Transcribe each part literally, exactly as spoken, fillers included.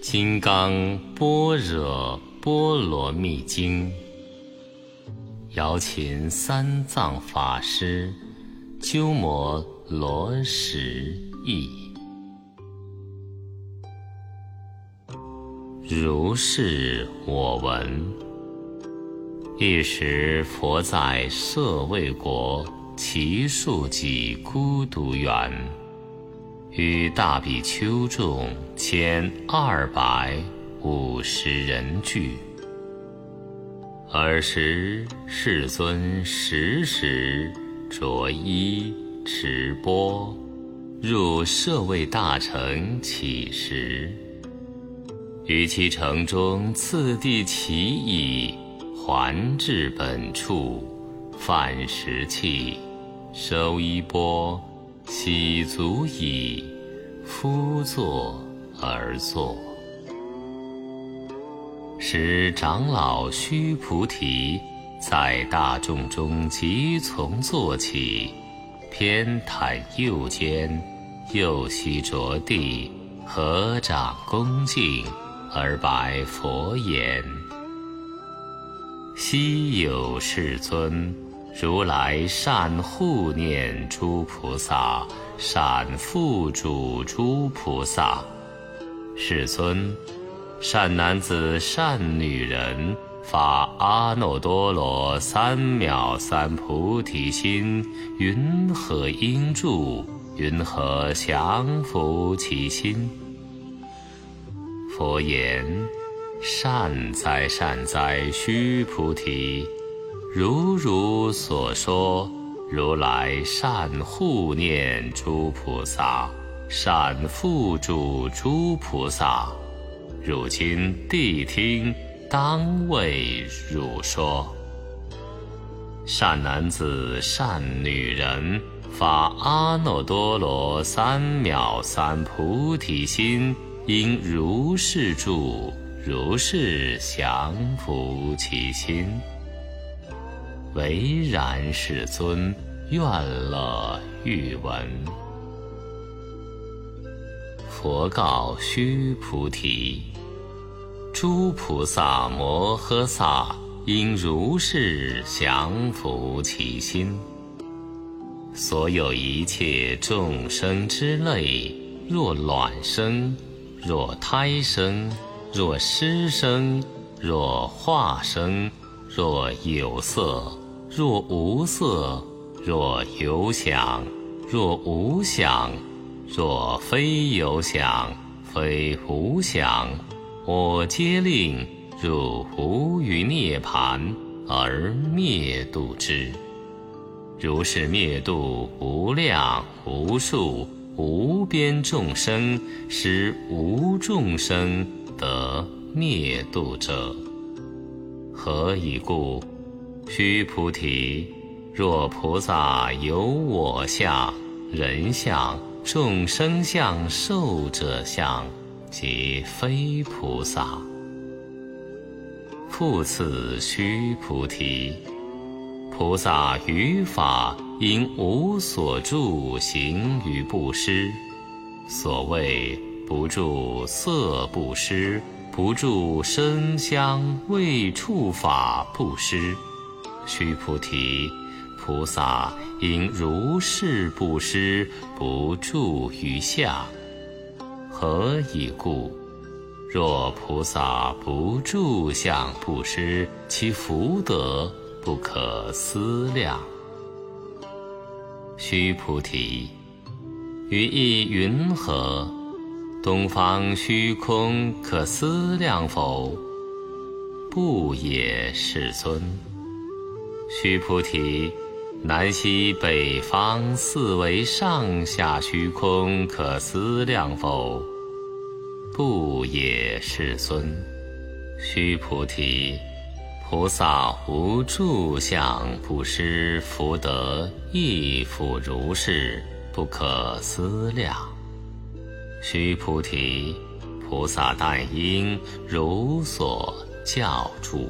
金刚般若波罗蜜经》，姚琴三藏法师鸠摩罗什译。如是我闻。一时佛在舍卫国祇树给孤独园，与大比丘众千二百五十人聚。尔时世尊时时着衣持钵，入舍卫大城乞食。于其城中次第其已，还至本处，饭食讫，收衣钵，洗足已，敷坐而坐。时长老须菩提在大众中即从坐起，偏袒右肩，右膝着地，合掌恭敬，而白佛言：昔有世尊，如来善护念诸菩萨，善付嘱诸菩萨。世尊，善男子善女人发阿耨多罗三藐三菩提心，云何应住？云何降伏其心？佛言：善哉善哉，须菩提，如汝所说，如来善护念诸菩萨，善付嘱诸菩萨。如今谛听，当为汝说。善男子善女人发阿耨多罗三藐三菩提心，应如是住，如是降伏其心。唯然世尊，愿乐欲闻。佛告须菩提：诸菩萨摩诃萨应如是降伏其心。所有一切众生之类，若卵生，若胎生，若湿生，若化生，若有色，若无色，若有想，若无想，若非有想，非无想，我皆令入无余涅盘，而灭度之。如是灭度无量无数无边众生，使无众生得灭度者。何以故？须菩提，若菩萨有我相、人相、众生相、寿者相，即非菩萨。复次须菩提，菩萨于法应无所住行于布施。所谓不住色布施，不住声香味触法布施。须菩提，菩萨应如是布施，不住于相。何以故？若菩萨不住相布施，其福德不可思量。须菩提，于意云何？东方虚空可思量否？不也，世尊。须菩提，南西北方四维上下虚空可思量否？不也，世尊。须菩提，菩萨无住相布施，福德亦复如是，不可思量。须菩提，菩萨但应如所教住。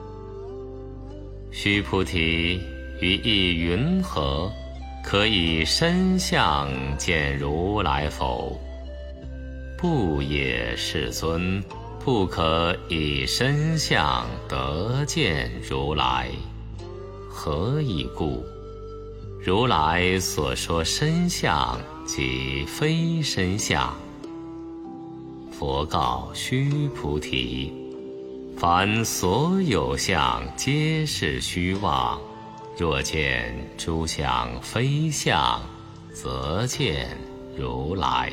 须菩提，于意云何？可以身相见如来否？ 不也，世尊，不可以身相得见如来。何以故？如来所说身相，即非身相。佛告须菩提：凡所有相，皆是虚妄。若见诸相非相，则见如来。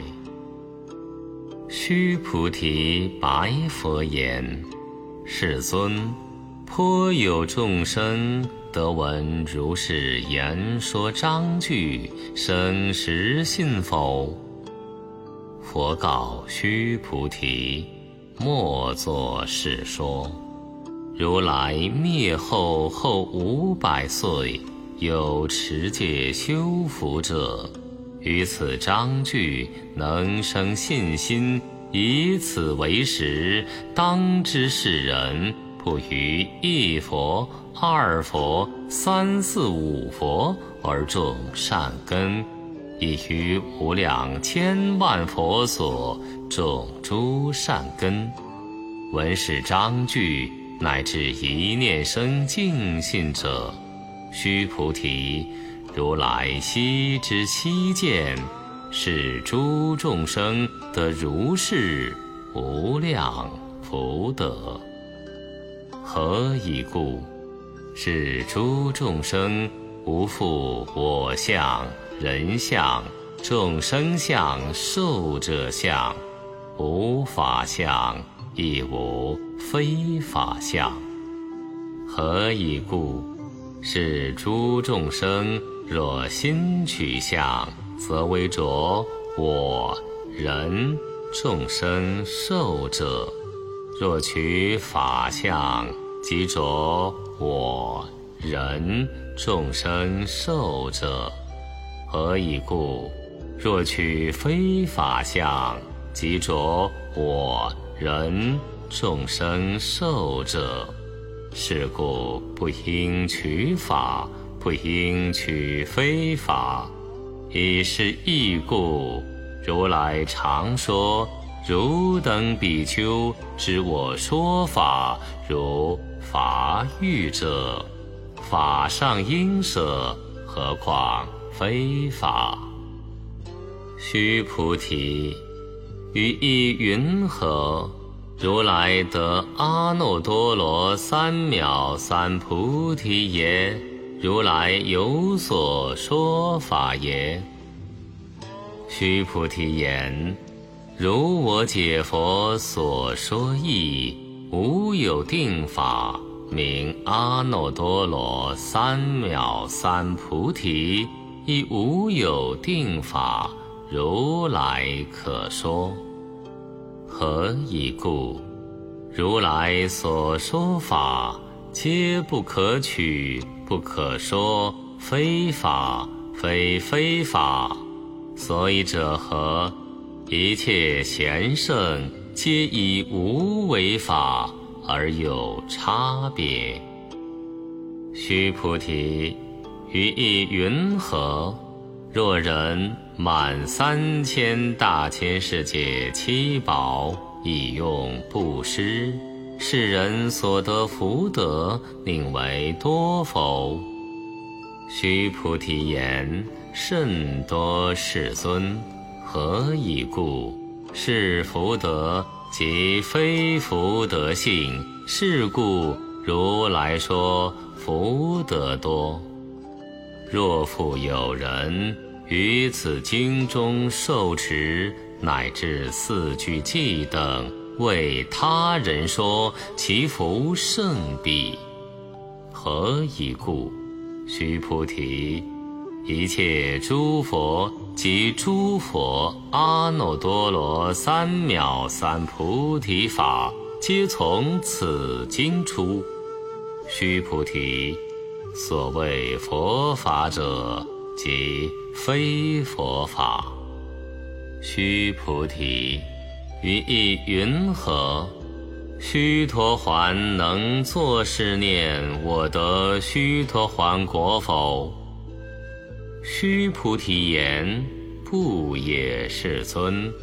须菩提白佛言：世尊，颇有众生得闻如是言说章句，生实信否？佛告须菩提：莫作是说。如来灭后后五百岁，有持戒修福者，于此章句能生信心，以此为实，当知是人不于一佛、二佛、三四五佛而种善根，亦于无量千万佛所种诸善根。闻是章句，乃至一念生净信者，须菩提，如来悉知悉见，是诸众生得如是无量福德。何以故？是诸众生无复我相、人相、众生相、寿者相，无法相，亦无非法相。何以故？是诸众生若心取相，则为着我、人、众生、寿者；若取法相，即着我、人、众生、寿者。何以故？若取非法相，即着我、人、众生、寿者。是故不应取法，不应取非法。以是义故，如来常说：汝等比丘知我说法，如法欲者，法上应舍，何况非法？须菩提，于意云何？如来得阿耨多罗三藐三菩提耶？如来有所说法耶？须菩提言：如我解佛所说义，无有定法，名阿耨多罗三藐三菩提，亦无有定法，如来可说。何以故？如来所说法，皆不可取，不可说，非法，非非法。所以者何？一切贤圣，皆以无为法而有差别。须菩提，于意云何？若人满三千大千世界七宝，以用布施，是人所得福德，宁为多否？须菩提言：甚多，世尊。何以故？是福德即非福德性，是故如来说福德多。若复有人于此经中受持，乃至四句偈等，为他人说，其福甚彼。何以故？须菩提，一切诸佛及诸佛阿耨多罗三藐三菩提法，皆从此经出。须菩提，所谓佛法者，即非佛法。须菩提，于意云何？须陀洹能作是念：我得须陀洹果否？须菩提言：不也，世尊。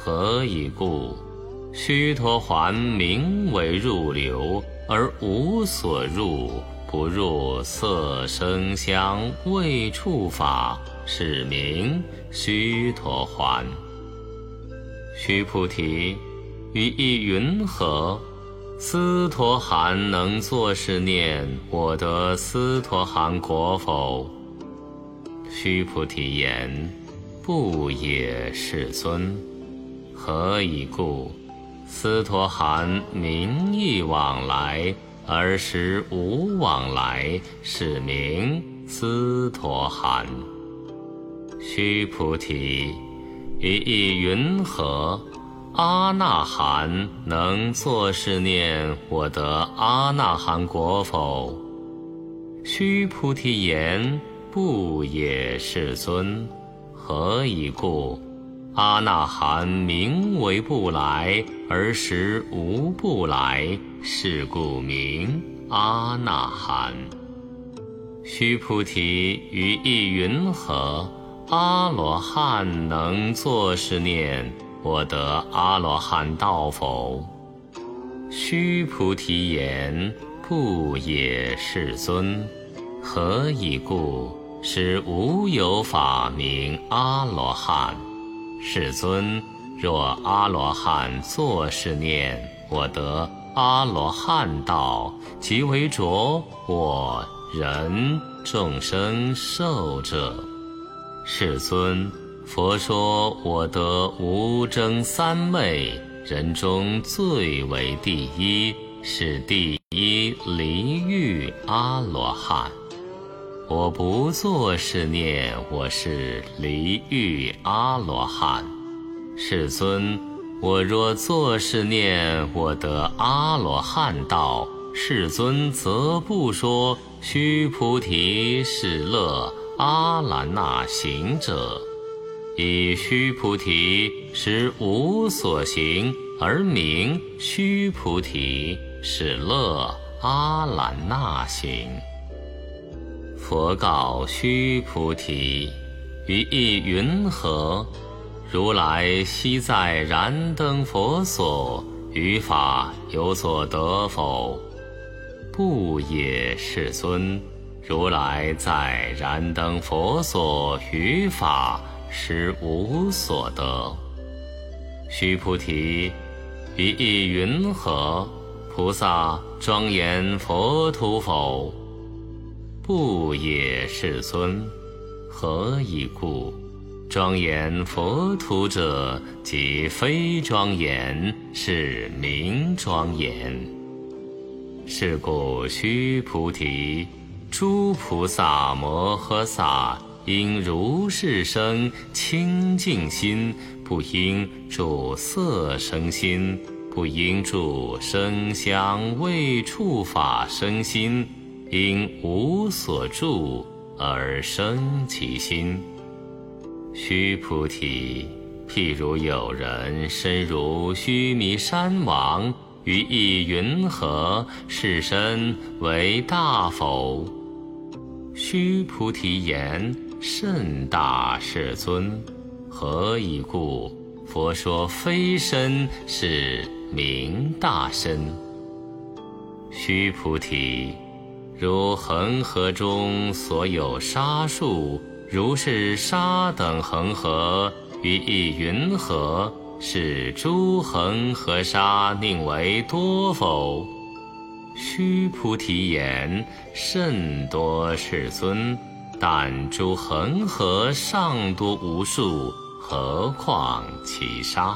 何以故？须陀洹名为入流，而无所入，不入色声香味触法，是名须陀洹。须菩提，于意云何？斯陀含能作是念，我得斯陀含果否？须菩提言：不也，世尊。何以故？斯陀含名亦往来，而实无往来，是名斯陀含。须菩提，于意云何？阿那含能作是念，我得阿那含果否？须菩提言：不也，世尊。何以故？阿那含名为不来，而实无不来，是故名阿那含。须菩提，于意云何？阿罗汉能作是念，我得阿罗汉道否？须菩提言：不也，世尊。何以故？是无有法名阿罗汉。世尊，若阿罗汉作是念，我得阿罗汉道，即为着我人众生寿者。世尊，佛说我得无争三昧，人中最为第一，是第一离欲阿罗汉。我不作是念，我是离欲阿罗汉。世尊，我若作是念，我得阿罗汉道，世尊则不说须菩提是乐阿兰那行者。以须菩提实无所行，而名须菩提是乐阿兰那行。佛告须菩提：于意云何？如来昔在燃灯佛所，于法有所得否？不也，世尊。如来在燃灯佛所，于法实无所得。须菩提，于意云何？菩萨庄严佛土否？不也，世尊。何以故？庄严佛土者，即非庄严，是名庄严。是故须菩提，诸菩萨摩诃萨应如是生清净心，不应住色生心，不应住声香味触法生心，因无所住而生其心。须菩提，譬如有人身如须弥山王，于意云何？是身为大否？须菩提言：甚大，世尊。何以故？佛说非身，是名大身。须菩提，如恒河中所有沙数，如是沙等恒河，于意云何？是诸恒河沙宁为多否？须菩提言：甚多，世尊。但诸恒河尚多无数，何况其沙？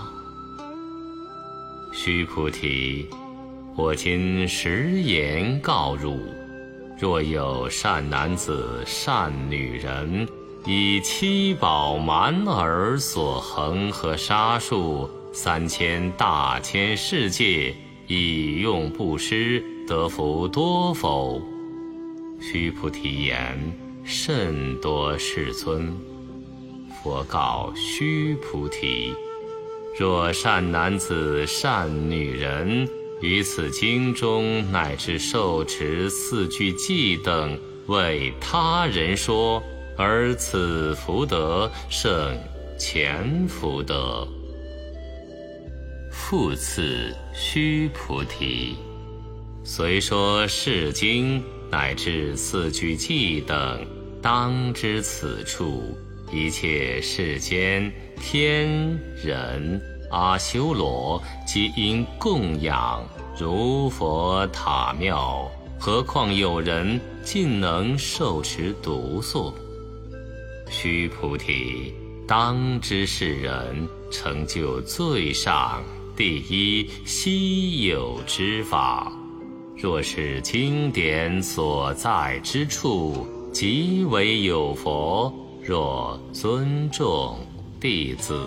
须菩提，我今实言告汝：若有善男子、善女人，以七宝满耳所恒河沙数三千大千世界，以用布施，得福多否？须菩提言：甚多，世尊。佛告须菩提：若善男子、善女人，于此经中乃至受持四句偈等，为他人说，而此福德胜前福德。 复次须菩提，虽说是经乃至四句偈等，当知此处一切世间天人阿修罗，皆因供养如佛塔庙，何况有人竟能受持读诵？须菩提，当知是人成就最上第一稀有之法。若是经典所在之处，即为有佛，若尊重弟子。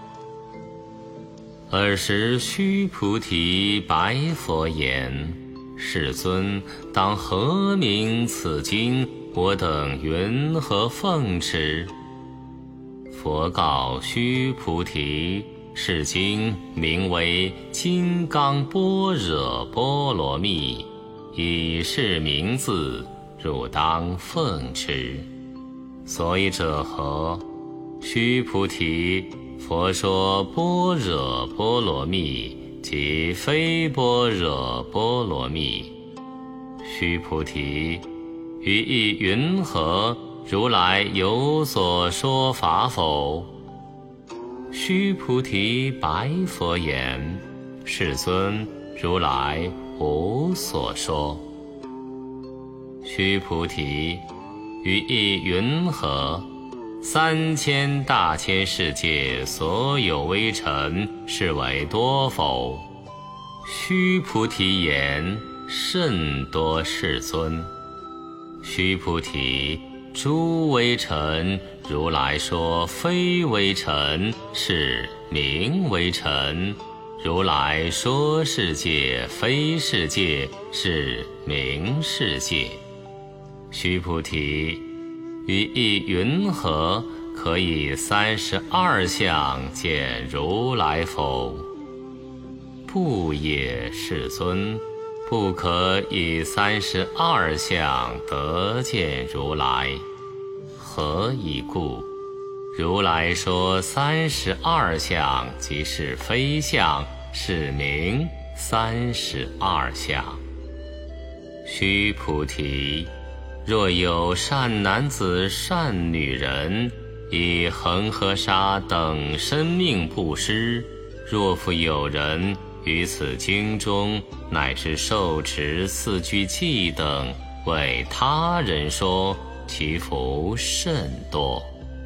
尔时须菩提白佛言：世尊，当何名此经？我等云何奉持？佛告须菩提：是经名为金刚般若波罗蜜，以是名字，汝当奉持。所以者何？须菩提，佛说般若波罗蜜，即非般若波罗蜜。须菩提，于意云何？如来有所说法否？须菩提白佛言：世尊，如来无所说。须菩提，于意云何？三千大千世界所有微尘，是为多否？须菩提言：甚多，世尊。须菩提，诸微尘，如来说非微尘，是名为尘；如来说世界非世界，是名世界。须菩提，于意云何？可以三十二相见如来否？不也，世尊。不可以三十二相得见如来。何以故？如来说三十二相即是非相，是名三十二相。须菩提，若有善男子善女人，以恒河沙等生命布施，若复有人于此经中乃至受持四句偈等，为他人说，其福甚多。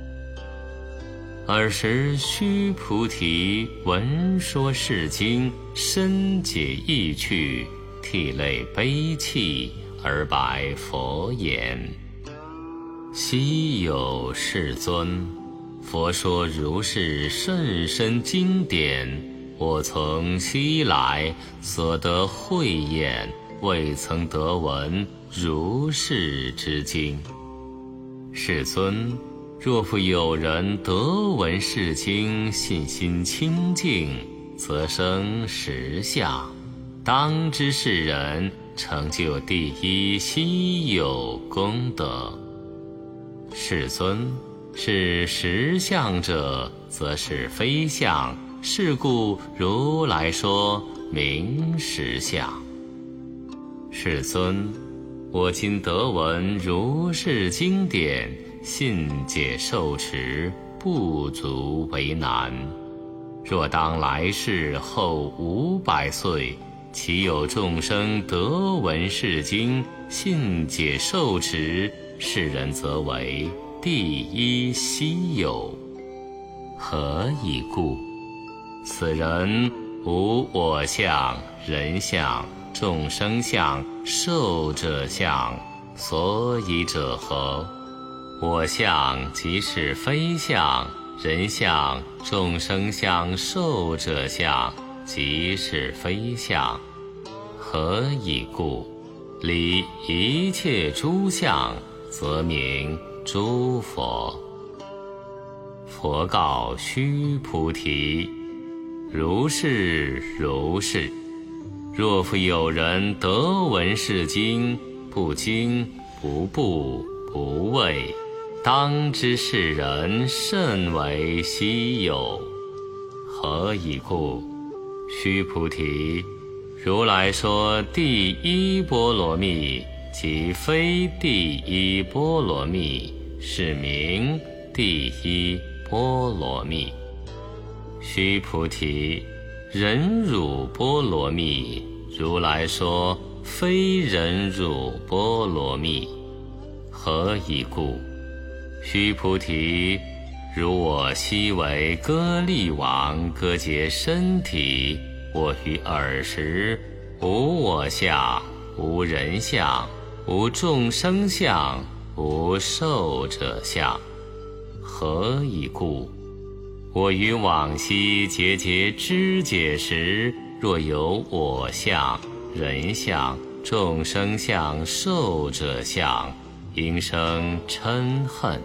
尔时须菩提闻说是经，深解意趣，涕泪悲泣，而白佛言：昔有世尊，佛说如是甚深经典，我从昔来所得慧眼，未曾得闻如是之经。世尊，若复有人得闻是经，信心清净，则生实相，当知是人成就第一稀有功德。世尊，是实相者，则是非相，是故如来说名实相。世尊，我今得闻如是经典，信解受持，不足为难。若当来世后五百岁，其有众生得闻是经，信解受持，是人则为第一稀有。何以故？此人无我相、人相、众生相、寿者相，所以者何？我相即是非相，人相、众生相、寿者相即是非相。何以故？离一切诸相，则名诸佛。佛告须菩提：如是如是。若复有人得闻是经，不惊不怖不畏，当知是人甚为稀有。何以故？ 须菩提，如来说第一波罗蜜即非第一波罗蜜，是名第一波罗蜜。须菩提，忍辱波罗蜜，如来说非忍辱波罗蜜。何以故？须菩提，如我昔为歌利王割截身体，我于尔时无我相，无人相，无众生相，无寿者相。何以故？我于往昔节节肢解时，若有我相、人相、众生相、寿者相，应生嗔恨。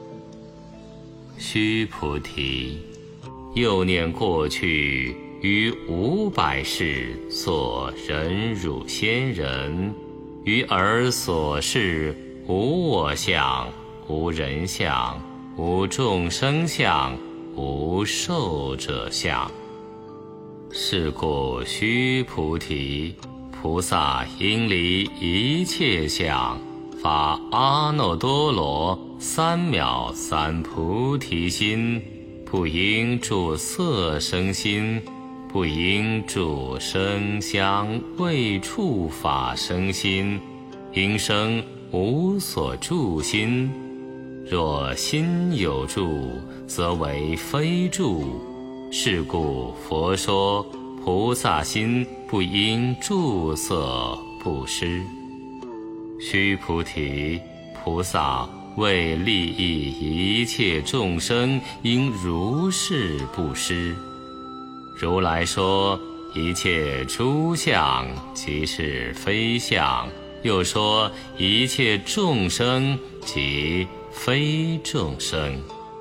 须菩提，又念过去于五百世作忍辱仙人，于尔所示无我相，无人相，无众生相，无寿者相。是故须菩提，菩萨应离一切相，发阿耨多罗三藐三菩提心，不应住色声心，不应住声香味触法生心，应生无所住心。若心有住，则为非住。是故佛说菩萨心不应住色布施。须菩提，菩萨为利益一切众生，应如是布施。如来说一切诸相即是非相，又说一切众生即非众生。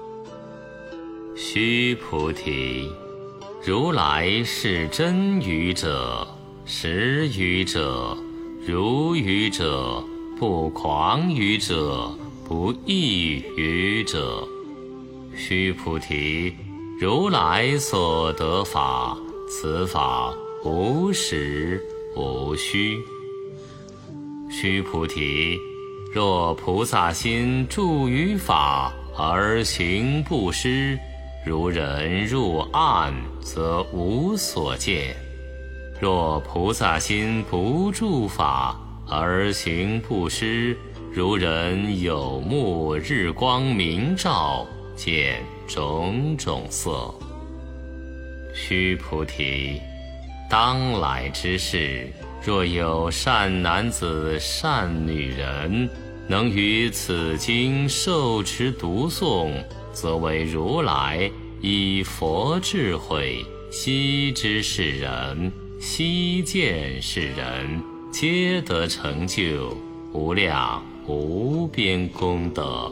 须菩提，如来是真语者，实语者，如语者，不诳语者，不异语者。须菩提，如来所得法，此法无实无虚。须菩提，若菩萨心住于法而行布施，如人入暗，则无所见。若菩萨心不住法而行布施，如人有目日光明照，见种种色。须菩提，当来之世，若有善男子善女人，能于此经受持读诵，则为如来以佛智慧悉知世人，悉见世人，皆得成就无量无边功德。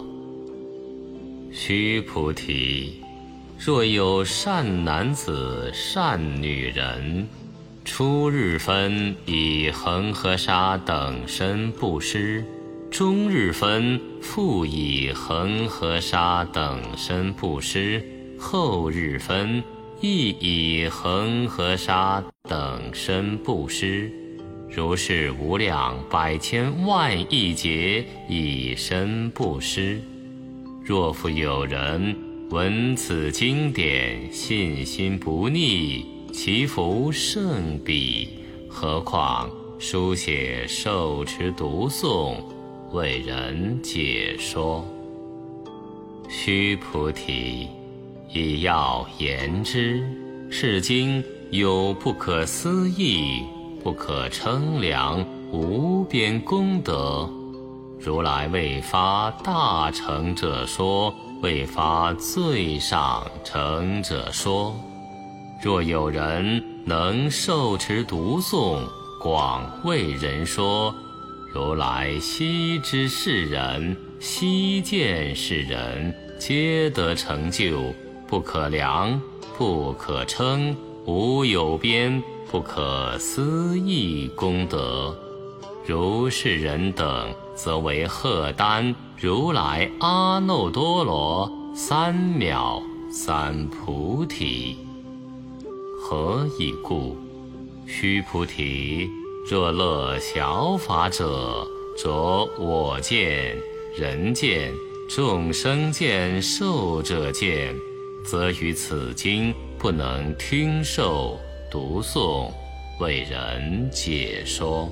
须菩提，若有善男子善女人，初日分以恒河沙等身布施，中日分复以恒河沙等身布施，后日分亦以恒河沙等身布施，如是无量百千万亿劫以身布施。若复有人闻此经典，信心不逆，其福甚彼，何况书写受持读诵，为人解说。须菩提，以要言之，是经有不可思议、不可称量无边功德。如来为发大乘者说，为发最上乘者说。若有人能受持读诵，广为人说，如来悉知世人，悉见世人，皆得成就不可量、不可称、无有边、不可思议功德。如是人等，则为荷担如来阿耨多罗三藐三菩提。 何以故？须菩提，若乐小法者，着我见、人见、众生见、寿者见，则于此经不能听受、读诵，为人解说。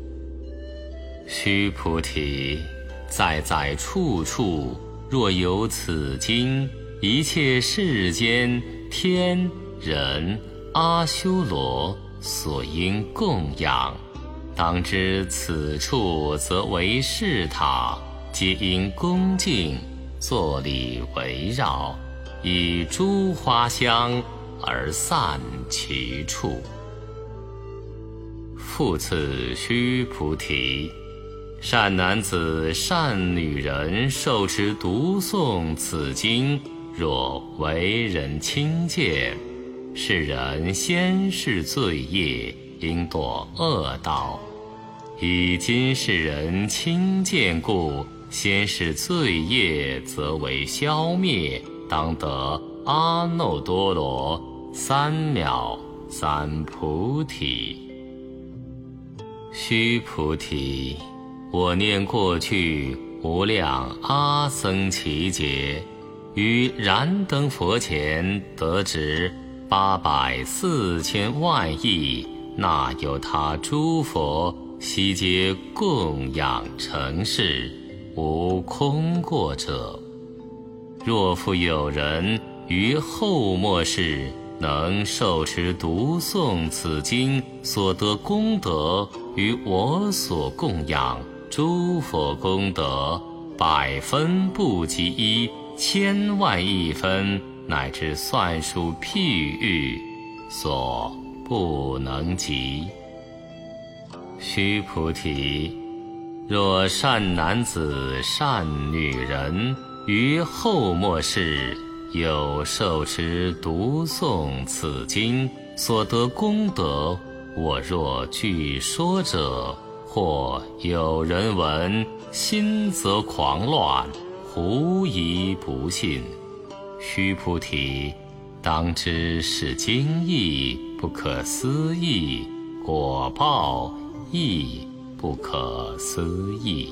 须菩提，在在处处，若有此经，一切世间天人阿修罗所应供养。当知此处则为是塔，皆应恭敬作礼围绕，以诸花香而散其处。复次须菩提，善男子善女人受持读诵此经，若为人轻贱，是人先世罪业，应堕恶道。以今世人轻贱故，先世罪业则为消灭，当得阿耨多罗三藐三菩提。须菩提，我念过去无量阿僧祇劫，于燃灯佛前得值八百四千万亿那由他诸佛，悉皆供养成事，无空过者。若复有人于后末世能受持读诵此经所得功德，与我所供养诸佛功德百分不及一，千万亿分，乃至算数譬喻所不能及。须菩提，若善男子善女人于后末世有受持读诵此经所得功德，我若据说者，或有人闻，心则狂乱，狐疑不信。须菩提，当知是经义不可思议，果报亦不可思议。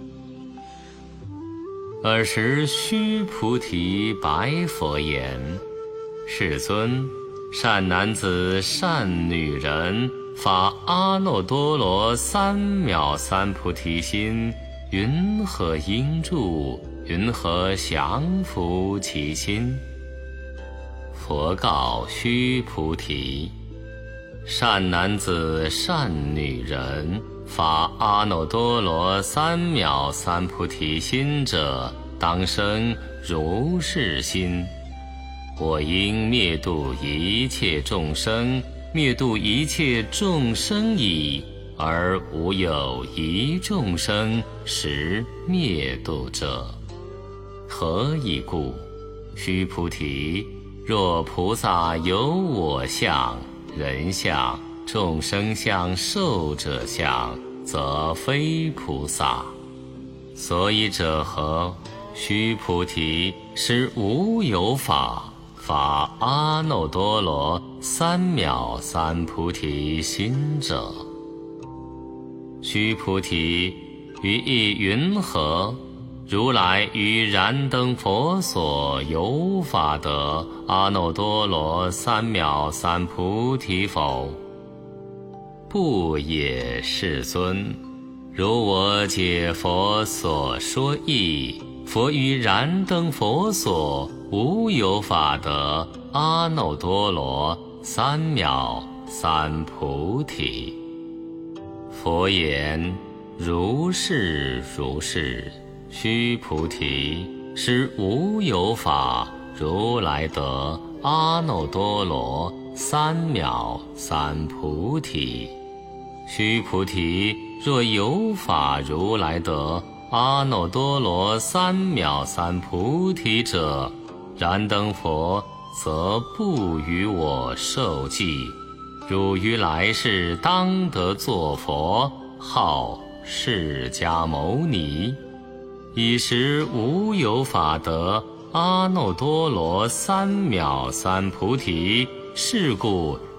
尔时须菩提白佛言：世尊，善男子善女人发阿耨多罗三藐三菩提心，云何应住？云何降伏其心？佛告须菩提：善男子善女人发阿耨多罗三藐三菩提心者，当生如是心：我应灭度一切众生，灭度一切众生矣，而无有一众生实灭度者。何以故？须菩提，若菩萨有我相、人相、众生相、寿者相，则非菩萨。所以者何？须菩提，是无有法发阿耨多罗三藐三菩提心者。须菩提，于意云何？如来于燃灯佛所有法得阿耨多罗三藐三菩提否？不也，世尊。如我解佛所说义，佛于燃灯佛所无有法得阿耨多罗三藐三菩提。佛言：如是如是。须菩提，是无有法如来得阿耨多罗三藐三菩提。须菩提，若有法如来得阿耨多罗三藐三菩提者，燃灯佛则不与我受记。汝于来世当得作佛，号释迦牟尼。以时无有法得阿耨多罗三藐三菩提，是故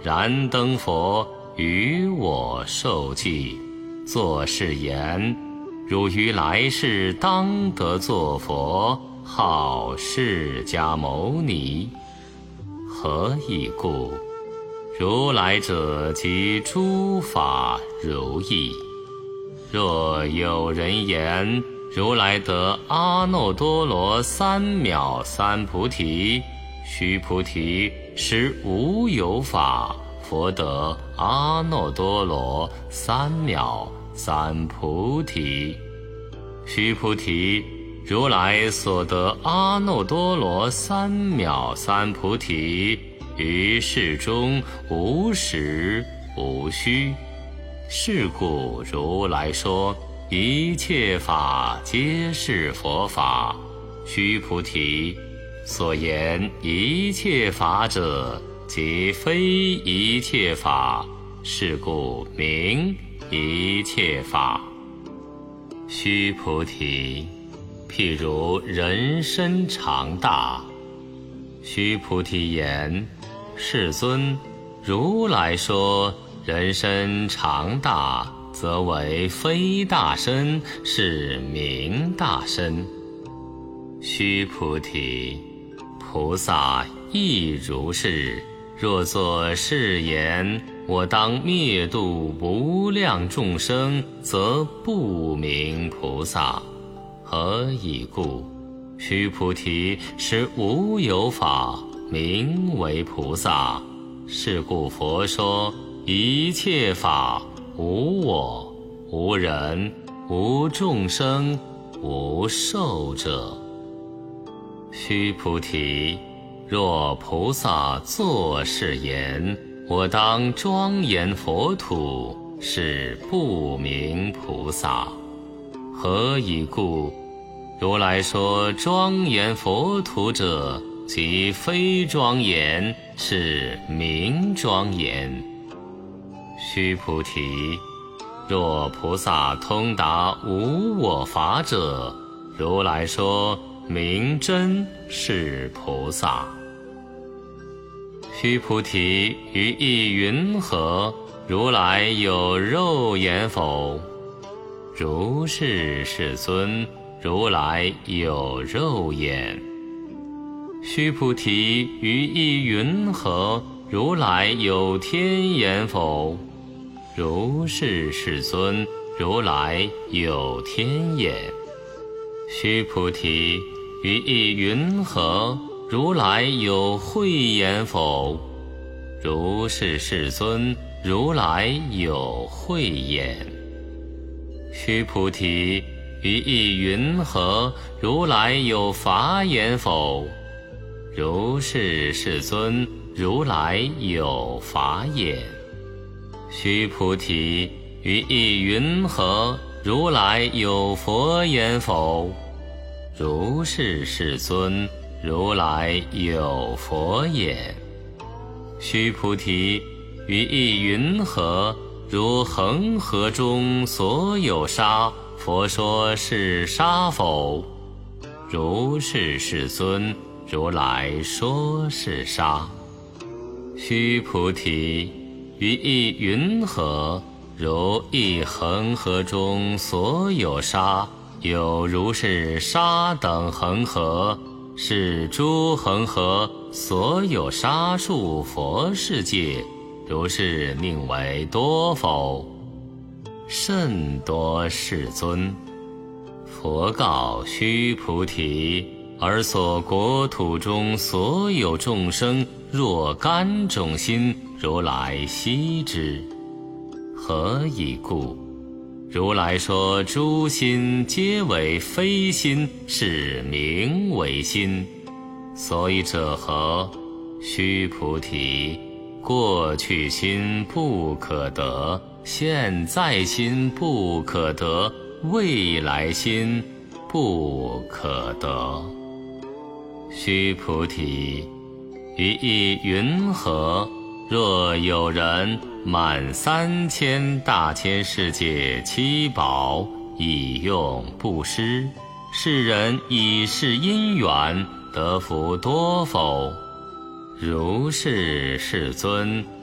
燃灯佛与我受记，作是言：汝于来世当得作佛，号释迦牟尼。何以故？如来者即诸法如意。若有人言如来得阿耨多罗三藐三菩提，须菩提，实无有法佛得阿耨多罗三藐三菩提。须菩提，如来所得阿耨多罗三藐三菩提，于世中无实无虚。是故如来说，一切法皆是佛法。须菩提，所言一切法者，即非一切法，是故名一切法。须菩提，譬如人身长大。须菩提言：世尊，如来说人身长大，则为非大身，是名大身。须菩提，菩萨亦如是。若作是言：我当灭度无量众生，则不名菩萨。何以故？须菩提，实无有法名为菩萨。是故佛说，一切法无我，无人，无众生，无寿者。须菩提，若菩萨作是言：我当庄严佛土，是不名菩萨。何以故？如来说庄严佛土者，即非庄严，是名庄严。须菩提，若菩萨通达无我法者，如来说名真是菩萨。须菩提，于意云何？如来有肉眼否？如是，世尊，如来有肉眼。须菩提，于意云何？如来有天眼否？如是，世尊，如来有天眼。须菩提，于意云何？如来有慧眼否？如是，世尊，如来有慧眼。须菩提，于意云何？如来有法眼否？如是，世尊，如来有法眼。须菩提，于意云何？如来有佛眼否？如是，世尊，如来有佛眼。须菩提，于意云何？如恒河中所有沙，佛说是沙否？如是，世尊，如来说是沙。须菩提，于意云何？如一恒河中所有沙，有如是沙等恒河，是诸恒河所有沙数佛世界，如是宁为多否？甚多，世尊。佛告须菩提：而所国土中所有众生，若干种心，如来悉知。何以故？如来说诸心皆为非心，是名为心。所以者何？须菩提，过去心不可得，现在心不可得，未来心不可得。须菩提，于意云何？若有人满三千大千世界七宝，以用布施，是人以是因缘得福多否？如是，世尊，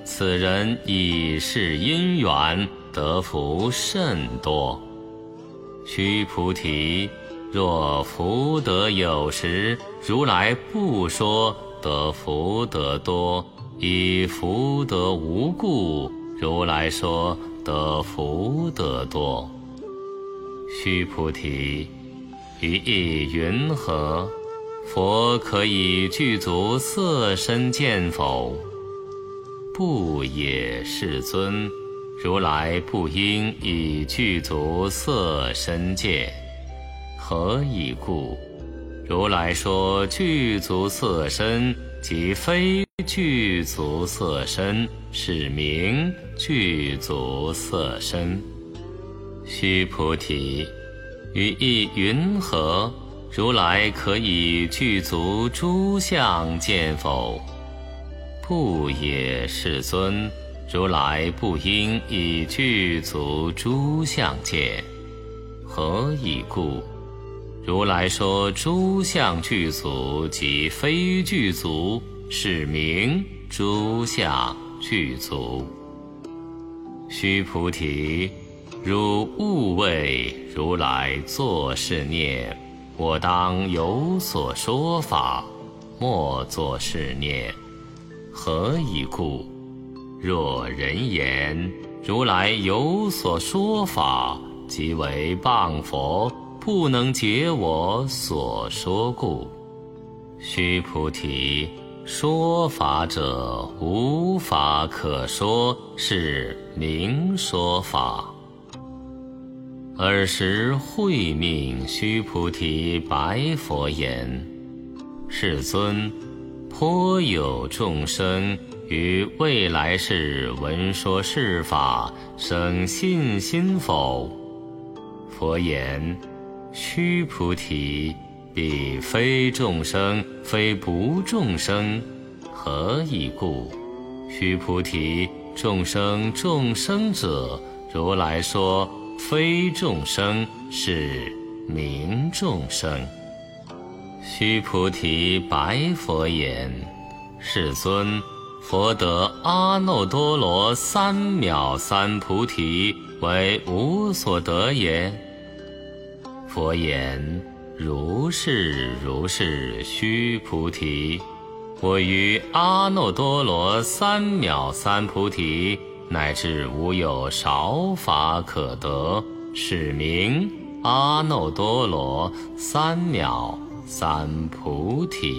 此人以是因缘，得福甚多。须菩提，若福德有时，如来不说得福德多；以福德无故，如来说得福德多。须菩提，于意云何？佛可以具足色身见否？不也，世尊。如来不应以具足色身见。何以故？如来说具足色身，即非具足色身，是名具足色身。须菩提，于意云何？如来可以具足诸相见否？不也，世尊。如来不应以具足诸相见。何以故？如来说诸相具足，即非具足，是名诸相具足。须菩提，汝勿为如来作是念：我当有所说法，莫作是念。何以故？若人言如来有所说法，即为谤佛，不能解我所说故。须菩提，说法者无法可说，是名说法。尔时慧命须菩提白佛言：世尊，颇有众生于未来世闻说是法，生信心否？佛言：须菩提，彼非众生，非不众生。何以故？须菩提，众生众生者，如来说非众生，是名众生。须菩提白佛言：世尊，佛得阿耨多罗三藐三菩提，为无所得也。佛言：如是如是，须菩提，我于阿耨多罗三藐三菩提，乃至无有少法可得，是名阿耨多罗三藐三菩提。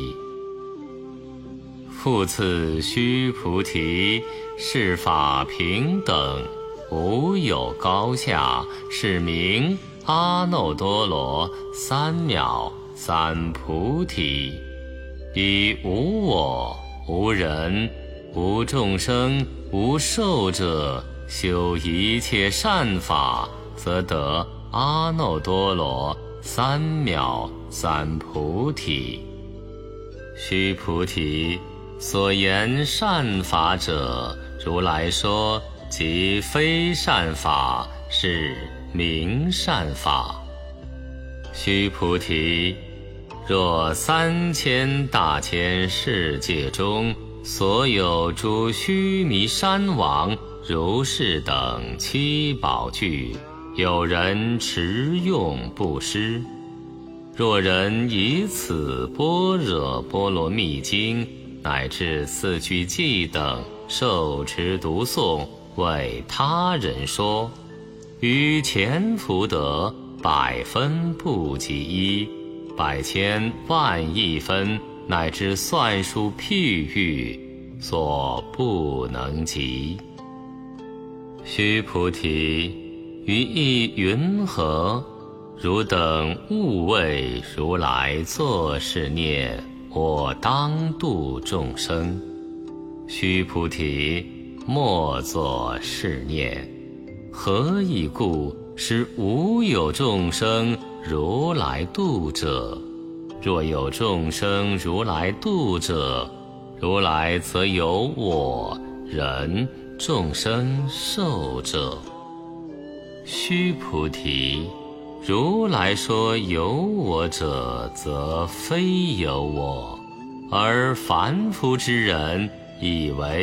复次须菩提，是法平等，无有高下，是名阿耨多罗三藐三菩提。以无我、无人、无众生、无寿者，修一切善法，则得阿耨多罗三藐三菩提。须菩提，所言善法者，如来说即非善法，是名善法。须菩提，若三千大千世界中，所有诸须弥山王、如是等七宝具，有人持用布施。若人以此般若波罗蜜经乃至四句偈等受持读诵，为他人说，于前福德百分不及一，百千万亿分，乃至算数譬喻，所不能及。须菩提，于意云何？汝等勿为如来作是念：我当度众生。须菩提，莫作是念。何以故？使无有众生如来度者。若有众生如来度者，如来则有我、人、众生、寿者。须菩提，如来说有我者，则非有我，而凡夫之人以为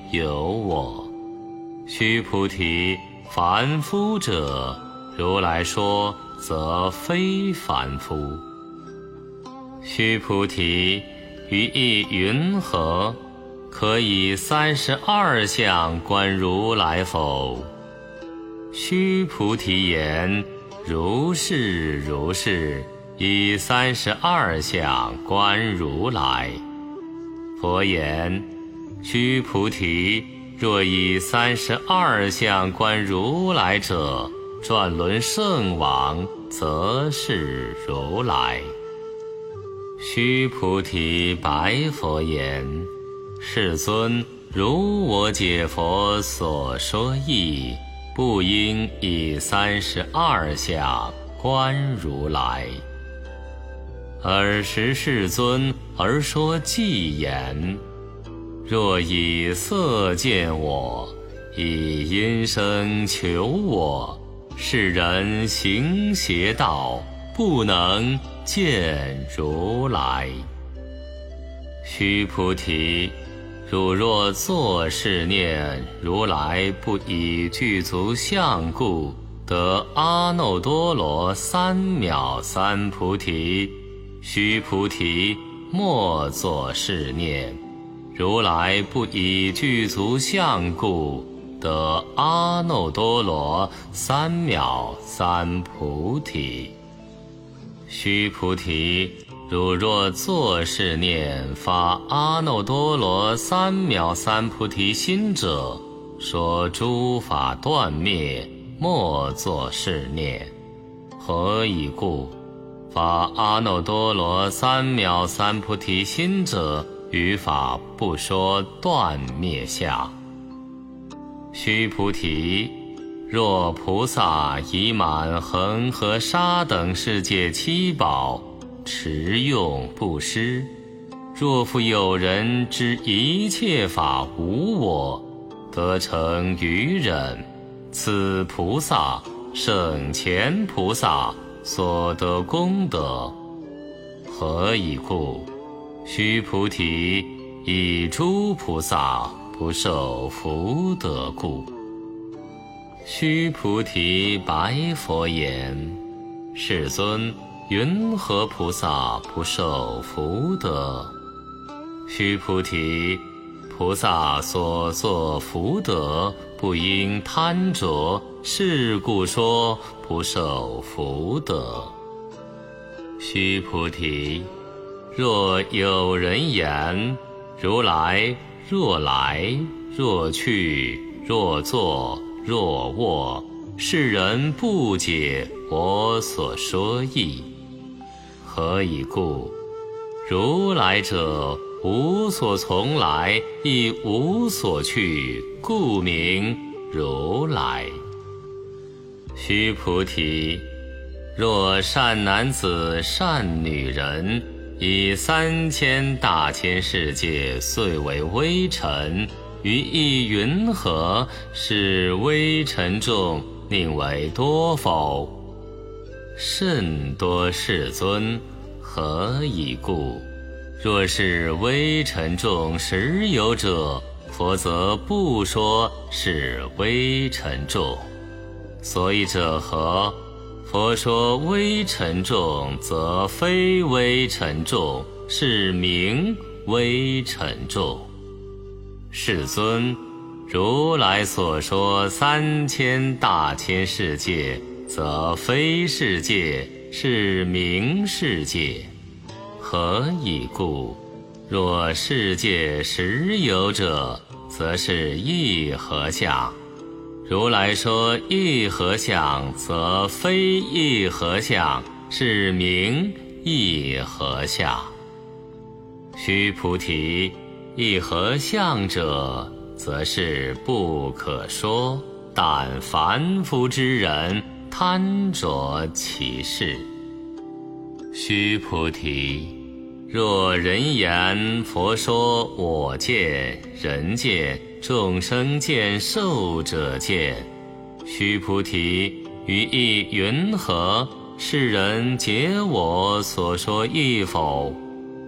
有我。须菩提，凡夫者，如来说则非凡夫。须菩提，于意云何？可以三十二相观如来否？须菩提言：如是如是，以三十二相观如来。佛言：须菩提，若以三十二相观如来者，转轮圣王，则是如来。须菩提白佛言：世尊，如我解佛所说义，不应以三十二相观如来。尔时世尊而说偈言：若以色见我，以音声求我，世人行邪道，不能见如来。须菩提，汝若作是念，如来不以具足相故，得阿耨多罗三藐三菩提。须菩提，莫作是念，如来不以具足相故，得阿耨多罗三藐三菩提。须菩提，汝若作是念，发阿耨多罗三藐三菩提心者，说诸法断灭，莫作是念。何以故？发阿耨多罗三藐三菩提心者，于法不说断灭相。须菩提，若菩萨已满恒河沙等世界七宝，持用不失，若复有人知一切法无我，得成于人，此菩萨胜前菩萨所得功德。何以故？须菩提，以诸菩萨不受福德故。须菩提白佛言：世尊，云何菩萨不受福德？须菩提，菩萨所作福德，不应贪着，是故说不受福德。须菩提，若有人言：如来若来若去若坐若卧，世人不解我所说义。何以故？如来者，无所从来，亦无所去，故名如来。须菩提，若善男子善女人，以三千大千世界遂为微尘，于意云何？是微尘众宁为多否？甚多，世尊。何以故？若是微尘众实有者，佛则不说是微尘众。所以者何？佛说微尘众，则非微尘众，是名微尘众。世尊，如来所说三千大千世界，则非世界，是名世界。何以故？若世界实有者，则是一合相。如来说一合相，则非一合相，是名一合相。须菩提，一合相者，则是不可说，但凡夫之人贪着其事。须菩提，若人言佛说我见、人见、众生见、寿者见，须菩提，于意云何？世人解我所说义否？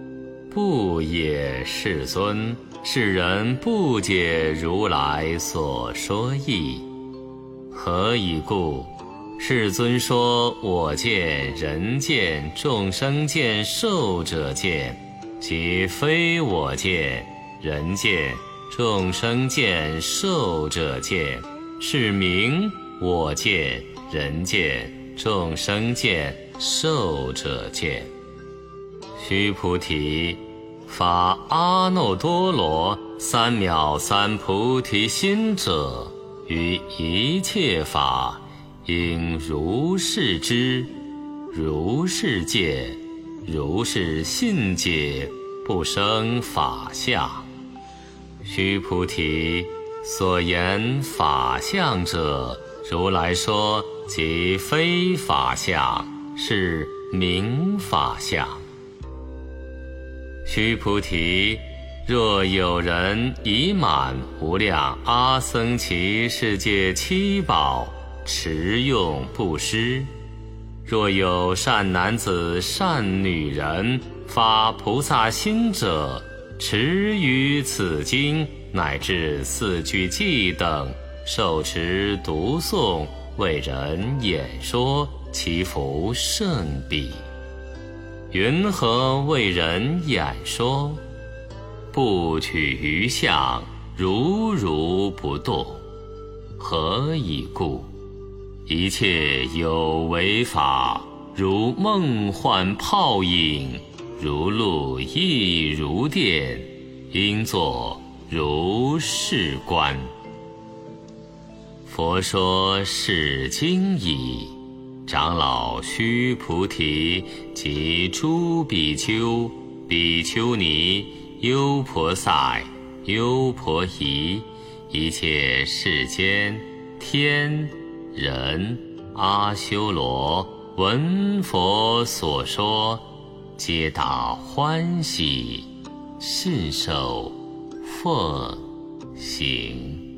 不也，世尊。世人不解如来所说义。何以故？世尊说我见、人见、众生见、寿者见，即非我见、人见、众生见、寿者见，是名我见、人见、众生见、寿者见。须菩提，发阿耨多罗三藐三菩提心者，于一切法应如是知，如是见，如是信解，不生法相。须菩提，所言法相者，如来说即非法相，是名法相。须菩提，若有人以满无量阿僧祇世界七宝，持用布施；若有善男子善女人发菩萨心者，持于此经乃至四句偈等，受持读诵，为人演说，其福甚彼。云何为人演说？不取于相，如如不动。何以故？一切有为法，如梦幻泡影，如露亦如电，应作如是观。佛说是经已，长老须菩提及诸比丘、比丘尼、优婆塞、优婆夷，一切世间天人阿修罗闻佛所说，皆大欢喜，信受奉行。